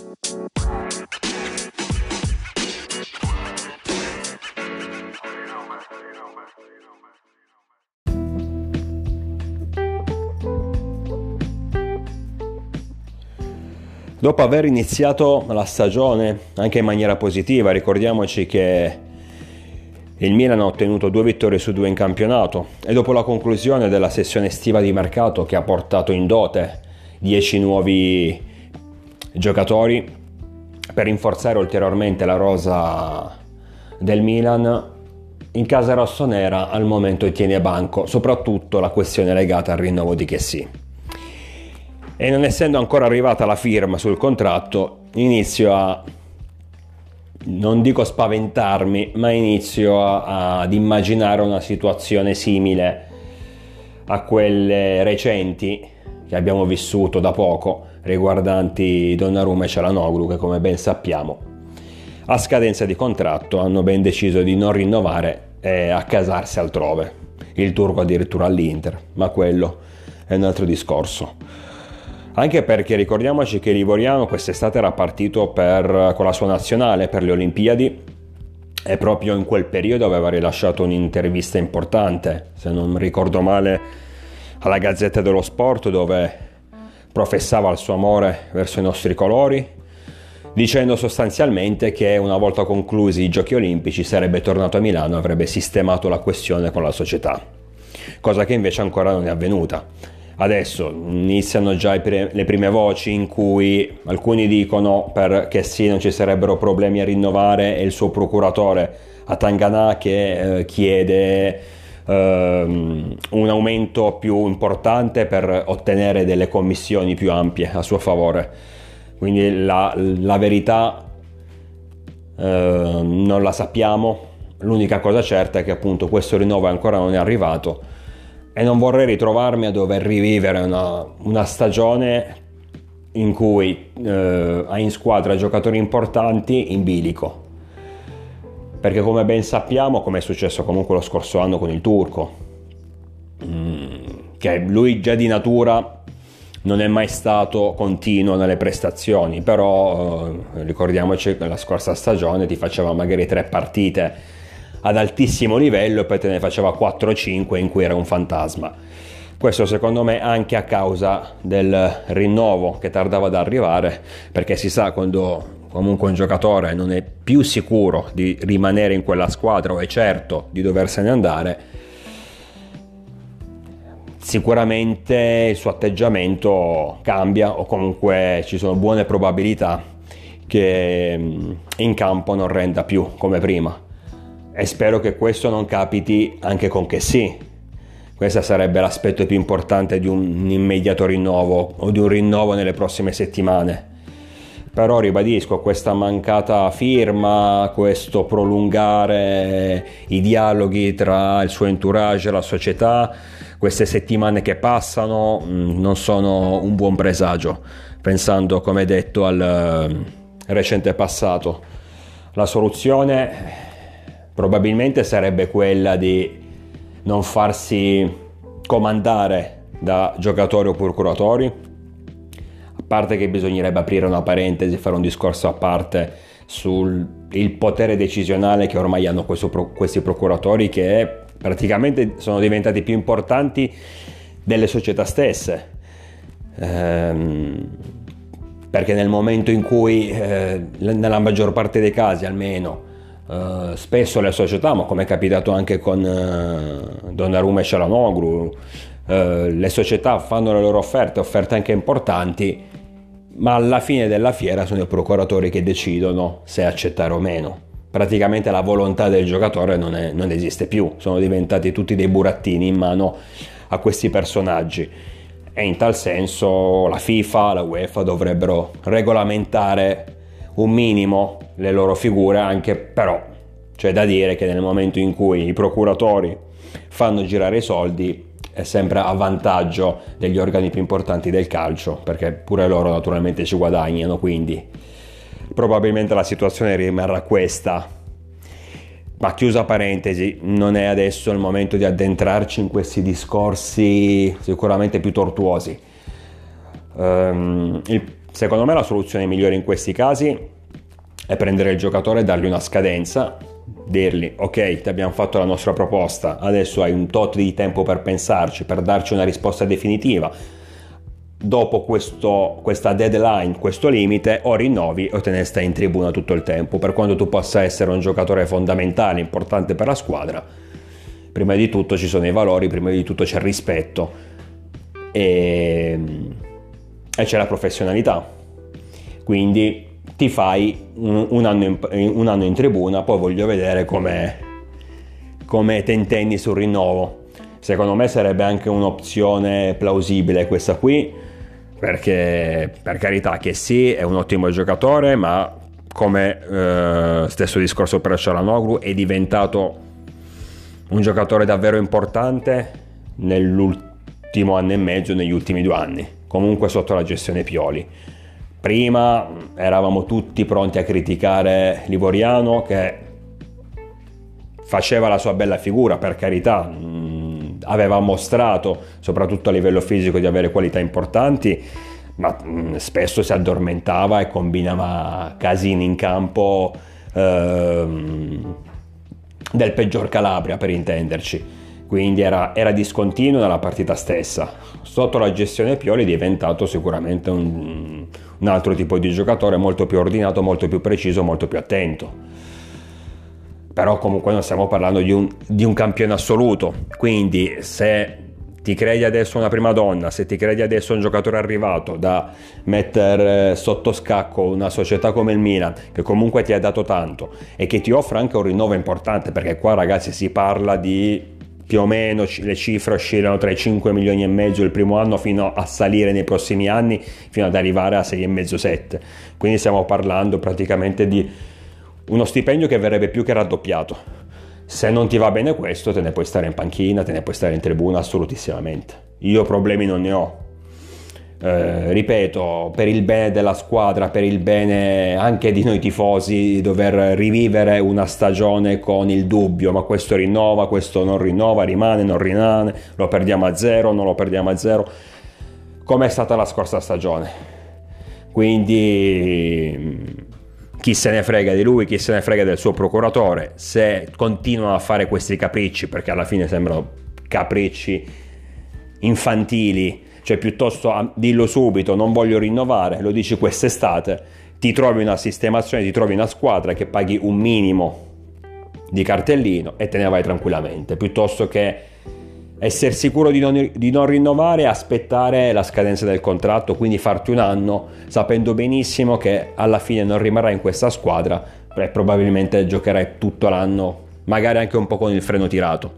Dopo aver iniziato la stagione anche in maniera positiva, ricordiamoci che il Milan ha ottenuto 2 vittorie su 2 in campionato e dopo la conclusione della sessione estiva di mercato che ha portato in dote 10 nuovi giocatori per rinforzare ulteriormente la rosa del Milan, in casa rossonera al momento tiene banco soprattutto la questione legata al rinnovo di Kessie. E non essendo ancora arrivata la firma sul contratto, inizio a, non dico spaventarmi, ma inizio ad immaginare una situazione simile a quelle recenti che abbiamo vissuto da poco, riguardanti Donnarumma e Çalhanoğlu, che come ben sappiamo a scadenza di contratto hanno ben deciso di non rinnovare e accasarsi altrove. Il turco addirittura all'Inter, ma quello è un altro discorso. Anche perché ricordiamoci che l'Ivoriano quest'estate era partito con la sua nazionale per le Olimpiadi e proprio in quel periodo aveva rilasciato un'intervista importante, se non ricordo male, alla Gazzetta dello Sport, dove professava il suo amore verso i nostri colori, dicendo sostanzialmente che una volta conclusi i Giochi Olimpici sarebbe tornato a Milano e avrebbe sistemato la questione con la società, cosa che invece ancora non è avvenuta. Adesso iniziano già le prime voci in cui alcuni dicono che sì, non ci sarebbero problemi a rinnovare, e il suo procuratore Atangana che chiede un aumento più importante per ottenere delle commissioni più ampie a suo favore. Quindi la verità non la sappiamo. L'unica cosa certa è che appunto questo rinnovo ancora non è arrivato e non vorrei ritrovarmi a dover rivivere una stagione in cui hai in squadra giocatori importanti in bilico, perché come ben sappiamo, come è successo comunque lo scorso anno con il turco, che lui già di natura non è mai stato continuo nelle prestazioni, però ricordiamoci che la scorsa stagione ti faceva magari 3 partite ad altissimo livello e poi te ne faceva 4-5 in cui era un fantasma. Questo secondo me anche a causa del rinnovo che tardava ad arrivare, perché si sa, quando comunque un giocatore non è più sicuro di rimanere in quella squadra o è certo di doversene andare, sicuramente il suo atteggiamento cambia, o comunque ci sono buone probabilità che in campo non renda più come prima. E spero che questo non capiti anche con Kessie. Questo sarebbe l'aspetto più importante di un immediato rinnovo o di un rinnovo nelle prossime settimane. Però ribadisco, questa mancata firma, questo prolungare i dialoghi tra il suo entourage e la società, queste settimane che passano non sono un buon presagio, pensando, come detto, al recente passato. La soluzione probabilmente sarebbe quella di non farsi comandare da giocatori o procuratori, a parte che bisognerebbe aprire una parentesi, fare un discorso a parte sul potere decisionale che ormai hanno questi procuratori, che praticamente sono diventati più importanti delle società stesse, perché nel momento in cui nella maggior parte dei casi almeno spesso le società, ma come è capitato anche con Donnarumma e Çalhanoğlu, le società fanno le loro offerte anche importanti, ma alla fine della fiera sono i procuratori che decidono se accettare o meno. Praticamente la volontà del giocatore non esiste più, sono diventati tutti dei burattini in mano a questi personaggi, e in tal senso la FIFA, la UEFA dovrebbero regolamentare un minimo le loro figure, anche però c'è da dire che nel momento in cui i procuratori fanno girare i soldi è sempre a vantaggio degli organi più importanti del calcio, perché pure loro naturalmente ci guadagnano, quindi probabilmente la situazione rimarrà questa. Ma chiusa parentesi, non è adesso il momento di addentrarci in questi discorsi sicuramente più tortuosi. secondo me la soluzione migliore in questi casi è prendere il giocatore e dargli una scadenza, dirgli ok, ti abbiamo fatto la nostra proposta, adesso hai un tot di tempo per pensarci, per darci una risposta definitiva. Dopo questa deadline, questo limite, o rinnovi o te ne stai in tribuna tutto il tempo. Per quanto tu possa essere un giocatore fondamentale, importante per la squadra, prima di tutto ci sono i valori, prima di tutto c'è il rispetto e c'è la professionalità. Quindi ti fai un anno in tribuna, poi voglio vedere come te intendi sul rinnovo. Secondo me sarebbe anche un'opzione plausibile questa qui, perché per carità che sì, è un ottimo giocatore, ma come stesso discorso per Çalhanoğlu, è diventato un giocatore davvero importante nell'ultimo anno e mezzo, negli ultimi 2 anni, comunque sotto la gestione Pioli. Prima eravamo tutti pronti a criticare Livoriano, che faceva la sua bella figura, per carità, aveva mostrato soprattutto a livello fisico di avere qualità importanti, ma spesso si addormentava e combinava casini in campo del peggior Calabria, per intenderci. Quindi era discontinuo nella partita stessa. Sotto la gestione Pioli è diventato sicuramente un altro tipo di giocatore, molto più ordinato, molto più preciso, molto più attento. Però comunque non stiamo parlando di un campione assoluto, quindi se ti credi adesso una prima donna, se ti credi adesso un giocatore arrivato da mettere sotto scacco una società come il Milan, che comunque ti ha dato tanto e che ti offre anche un rinnovo importante, perché qua ragazzi si parla di più o meno, le cifre oscillano tra i 5 milioni e mezzo il primo anno fino a salire nei prossimi anni fino ad arrivare a 6,5-7, quindi stiamo parlando praticamente di uno stipendio che verrebbe più che raddoppiato. Se non ti va bene questo, te ne puoi stare in panchina, te ne puoi stare in tribuna assolutissimamente. Io problemi non ne ho. Ripeto, per il bene della squadra, per il bene anche di noi tifosi, dover rivivere una stagione con il dubbio, ma questo rinnova, questo non rinnova, rimane, non rimane, lo perdiamo a 0, non lo perdiamo a 0, come è stata la scorsa stagione. Quindi chi se ne frega di lui, chi se ne frega del suo procuratore. Se continuano a fare questi capricci, perché alla fine sembrano capricci infantili, cioè piuttosto dillo subito, non voglio rinnovare, lo dici quest'estate, ti trovi una sistemazione, ti trovi una squadra che paghi un minimo di cartellino e te ne vai tranquillamente, piuttosto che essere sicuro di non rinnovare e aspettare la scadenza del contratto, quindi farti un anno sapendo benissimo che alla fine non rimarrai in questa squadra e probabilmente giocherai tutto l'anno, magari anche un po' con il freno tirato.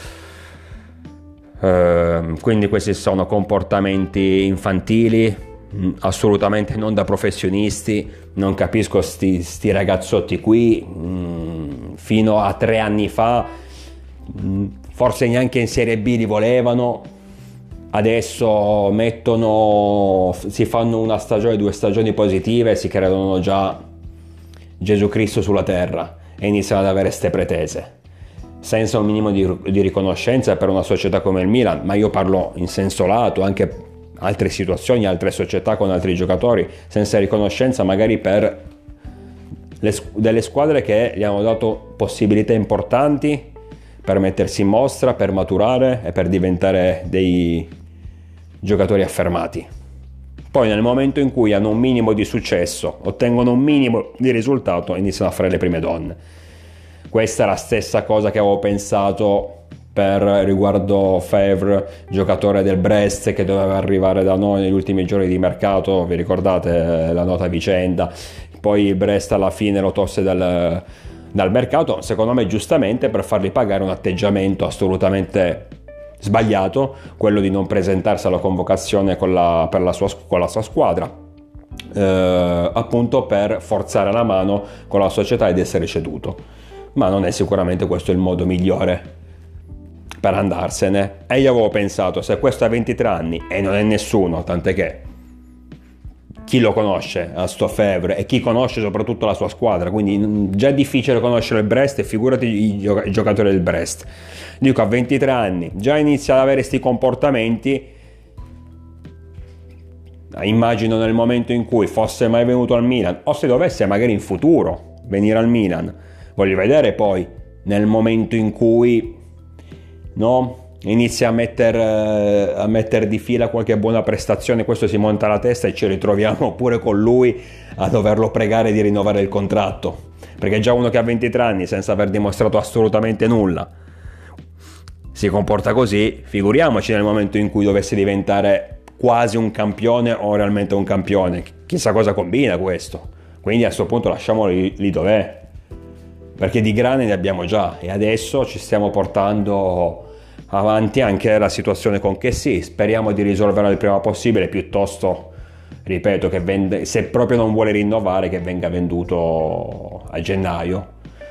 Quindi questi sono comportamenti infantili, assolutamente non da professionisti. Non capisco sti ragazzotti qui, fino a 3 anni fa forse neanche in Serie B li volevano, adesso si fanno una stagione, 2 stagioni positive e si credono già Gesù Cristo sulla terra e iniziano ad avere ste pretese, senza un minimo di riconoscenza per una società come il Milan. Ma io parlo in senso lato, anche altre situazioni, altre società con altri giocatori, senza riconoscenza magari per delle squadre che gli hanno dato possibilità importanti per mettersi in mostra, per maturare e per diventare dei giocatori affermati. Poi nel momento in cui hanno un minimo di successo, ottengono un minimo di risultato, iniziano a fare le prime donne. Questa è la stessa cosa che avevo pensato per riguardo Favre, giocatore del Brest che doveva arrivare da noi negli ultimi giorni di mercato, vi ricordate la nota vicenda? Poi il Brest alla fine lo tolse dal mercato, secondo me giustamente, per fargli pagare un atteggiamento assolutamente sbagliato, quello di non presentarsi alla convocazione con la sua squadra, appunto per forzare la mano con la società ed essere ceduto. Ma non è sicuramente questo il modo migliore per andarsene. E io avevo pensato, se questo ha 23 anni e non è nessuno, tant'è che chi lo conosce a sto Favre e chi conosce soprattutto la sua squadra, quindi già è difficile conoscere il Brest e figurati i giocatori del Brest. Dico, a 23 anni già inizia ad avere questi comportamenti, Immagino nel momento in cui fosse mai venuto al Milan, o se dovesse magari in futuro venire al Milan, voglio vedere poi nel momento in cui, no, inizia a mettere di fila qualche buona prestazione, questo si monta la testa e ci ritroviamo pure con lui a doverlo pregare di rinnovare il contratto, perché già uno che ha 23 anni senza aver dimostrato assolutamente nulla si comporta così, figuriamoci nel momento in cui dovesse diventare quasi un campione o realmente un campione, chissà cosa combina questo. Quindi a questo punto lasciamolo lì dov'è, perché di grane ne abbiamo già e adesso ci stiamo portando avanti anche la situazione con Kessie. Speriamo di risolverla il prima possibile, piuttosto, ripeto, che se proprio non vuole rinnovare, che venga venduto a gennaio,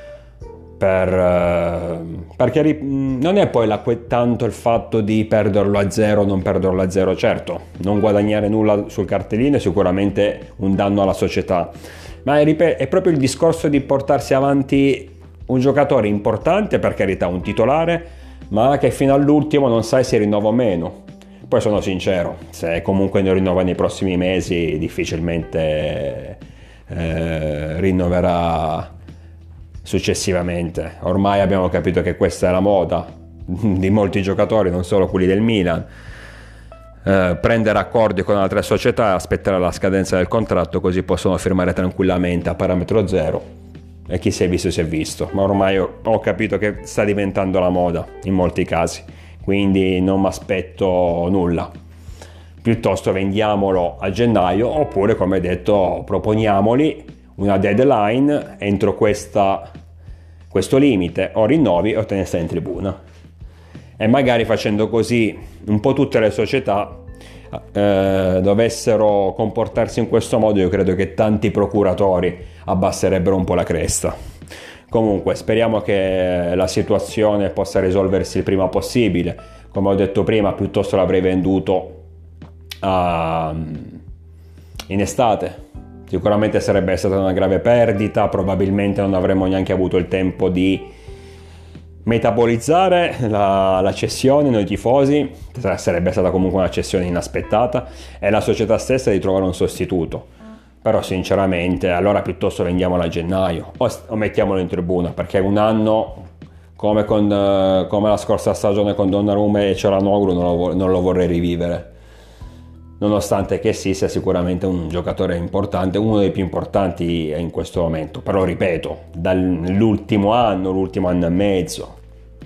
perché non è poi tanto il fatto di perderlo a zero o non perderlo a zero. Certo, non guadagnare nulla sul cartellino è sicuramente un danno alla società, ma è proprio il discorso di portarsi avanti un giocatore importante, per carità, un titolare, ma che fino all'ultimo non sai se rinnova o meno. Poi sono sincero, se comunque ne rinnova nei prossimi mesi difficilmente rinnoverà successivamente. Ormai abbiamo capito che questa è la moda di molti giocatori, non solo quelli del Milan, prendere accordi con altre società, aspettare la scadenza del contratto, così possono firmare tranquillamente a parametro zero, e chi si è visto si è visto. Ma ormai ho capito che sta diventando la moda in molti casi, quindi non mi aspetto nulla. Piuttosto vendiamolo a gennaio, oppure, come detto, proponiamoli una deadline entro questo limite, o rinnovi o te ne stai in tribuna. E magari facendo così un po' tutte le società dovessero comportarsi in questo modo, io credo che tanti procuratori abbasserebbero un po' la cresta. Comunque speriamo che la situazione possa risolversi il prima possibile. Come ho detto prima, piuttosto l'avrei venduto in estate. Sicuramente sarebbe stata una grave perdita, probabilmente non avremmo neanche avuto il tempo di metabolizzare la cessione noi tifosi, sarebbe stata comunque una cessione inaspettata, e la società stessa di trovare un sostituto. Però sinceramente allora piuttosto vendiamolo a gennaio o mettiamolo in tribuna, perché un anno come la scorsa stagione con Donnarumma e Çalhanoğlu non lo vorrei rivivere, nonostante che sia sicuramente un giocatore importante, uno dei più importanti in questo momento. Però ripeto, dall'ultimo anno e mezzo,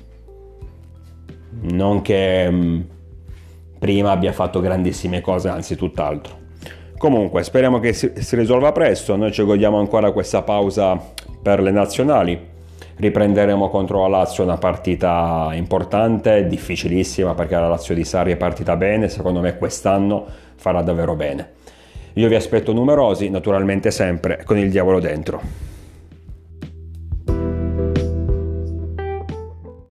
non che prima abbia fatto grandissime cose, anzi tutt'altro. Comunque speriamo che si risolva presto. Noi ci godiamo ancora questa pausa per le nazionali. Riprenderemo contro la Lazio, una partita importante, difficilissima, perché la Lazio di Sarri è partita bene, secondo me quest'anno farà davvero bene. Io vi aspetto numerosi, naturalmente sempre con il diavolo dentro.